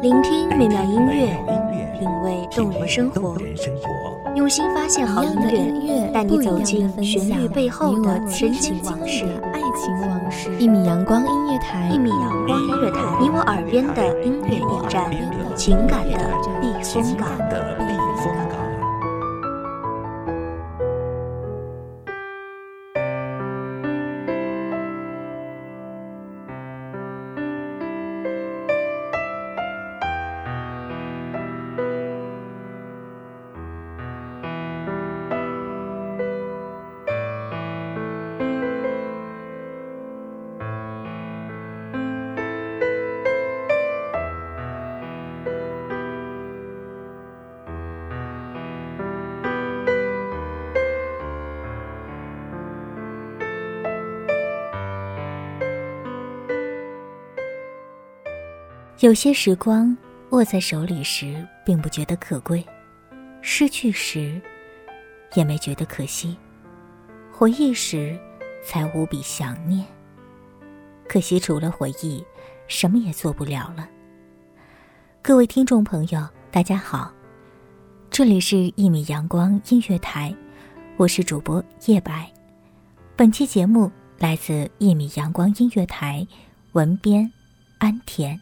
聆听美妙音乐，品味动人生活，用心发现好音乐，带你走进旋律背后的深情往事。 一米阳光音乐台， 一米阳光音乐台，你我耳边的音乐驿站，情感的避风港。有些时光握在手里时并不觉得可贵，失去时也没觉得可惜，回忆时才无比想念。可惜除了回忆，什么也做不了了。各位听众朋友，大家好，这里是一米阳光音乐台，我是主播叶白。本期节目来自一米阳光音乐台，文编安田。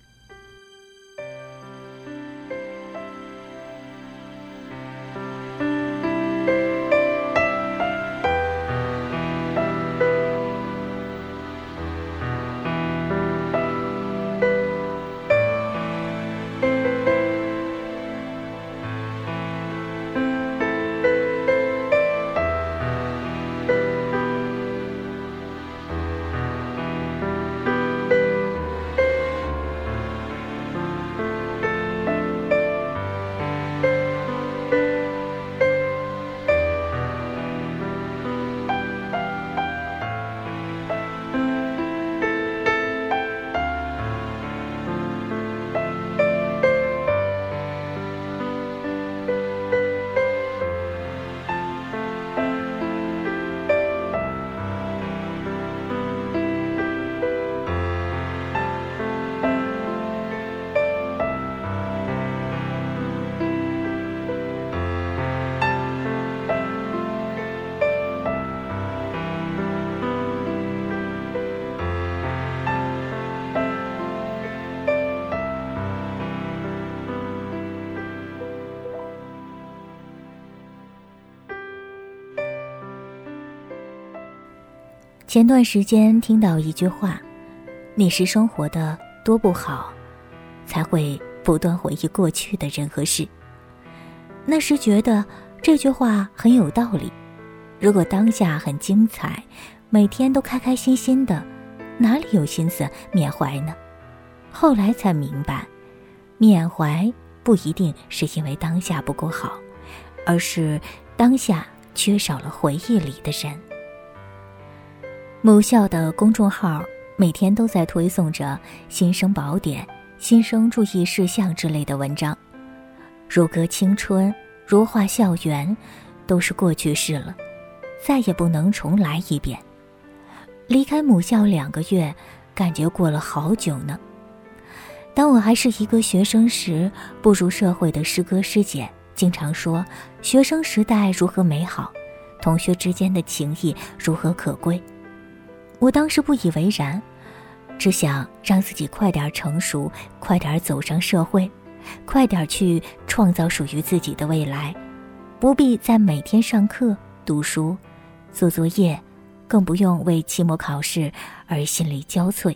前段时间听到一句话，你是生活的多不好，才会不断回忆过去的人和事。那时觉得这句话很有道理，如果当下很精彩，每天都开开心心的，哪里有心思缅怀呢？后来才明白，缅怀不一定是因为当下不够好，而是当下缺少了回忆里的人。母校的公众号每天都在推送着新生宝典、新生注意事项之类的文章，如歌青春，如画校园，都是过去式了，再也不能重来一遍。离开母校2个月，感觉过了好久呢。当我还是一个学生时，步入社会的师哥师姐经常说学生时代如何美好，同学之间的情谊如何可贵。我当时不以为然，只想让自己快点成熟，快点走上社会，快点去创造属于自己的未来，不必再每天上课、读书、做作业，更不用为期末考试而心力交瘁。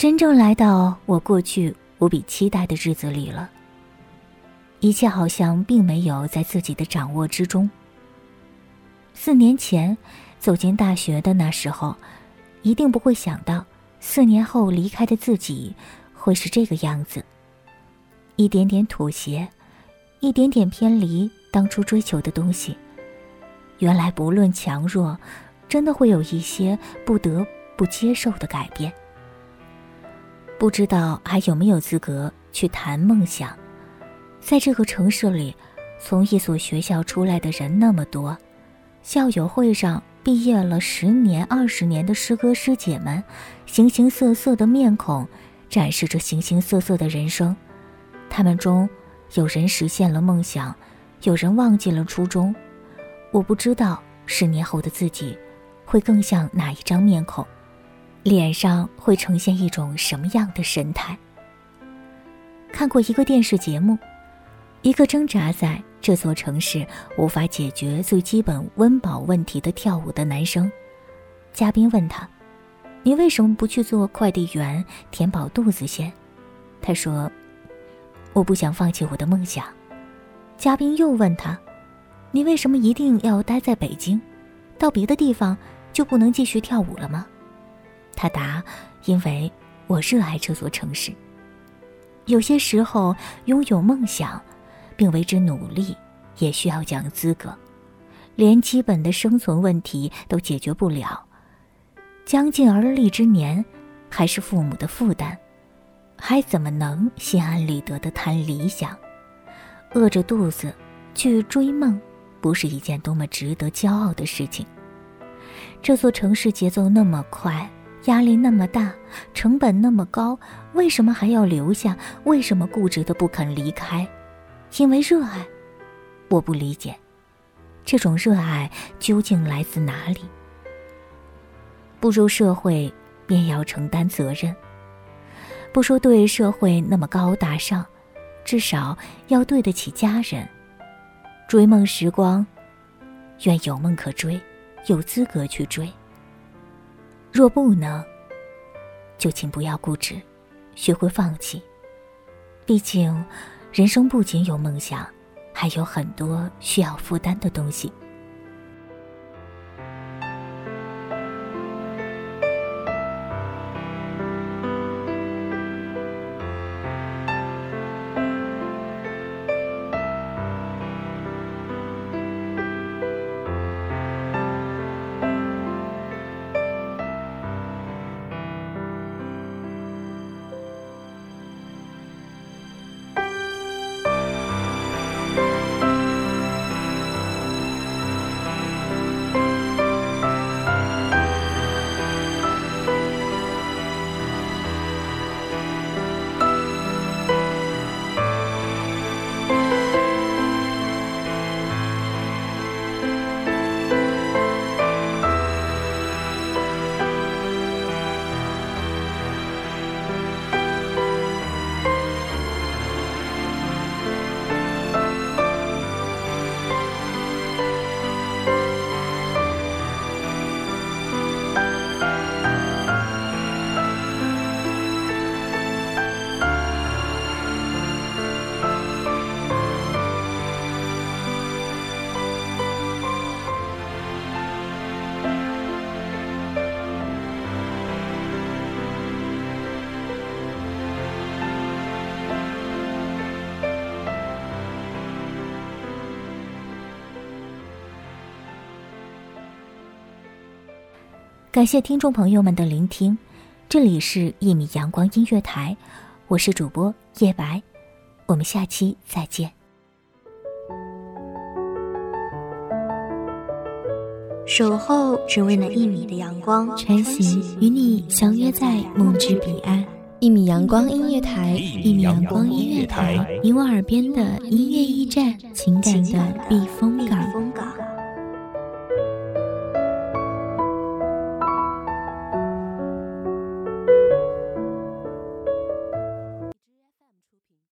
真正来到我过去无比期待的日子里了。一切好像并没有在自己的掌握之中。4年前走进大学的那时候，一定不会想到4年后离开的自己会是这个样子。一点点妥协，一点点偏离当初追求的东西。原来不论强弱，真的会有一些不得不接受的改变。不知道还有没有资格去谈梦想。在这个城市里，从一所学校出来的人那么多，校友会上毕业了10年、20年的师哥师姐们，形形色色的面孔，展示着形形色色的人生。他们中有人实现了梦想，有人忘记了初衷。我不知道10年后的自己会更像哪一张面孔，脸上会呈现一种什么样的神态。看过一个电视节目，一个挣扎在这座城市无法解决最基本温饱问题的跳舞的男生，嘉宾问他：你为什么不去做快递员填饱肚子先？他说：我不想放弃我的梦想。嘉宾又问他：你为什么一定要待在北京？到别的地方就不能继续跳舞了吗？他答：因为我热爱这座城市。有些时候拥有梦想并为之努力，也需要讲资格。连基本的生存问题都解决不了，将近而立之年，还是父母的负担，还怎么能心安理得地谈理想？饿着肚子去追梦，不是一件多么值得骄傲的事情。这座城市节奏那么快，压力那么大，成本那么高，为什么还要留下？为什么固执地不肯离开？因为热爱。我不理解，这种热爱究竟来自哪里？步入社会便要承担责任，不说对社会那么高大上，至少要对得起家人。追梦时光，愿有梦可追，有资格去追。若不能，就请不要固执，学会放弃。毕竟人生不仅有梦想，还有很多需要负担的东西。感谢听众朋友们的聆听，这里是1米阳光音乐台，我是主播叶白，我们下期再见。 守候只为那1米的阳光，穿行与你相约在梦之彼岸。1米阳光音乐台，1米阳光音乐台，你我耳边的音乐驿站，情感的避风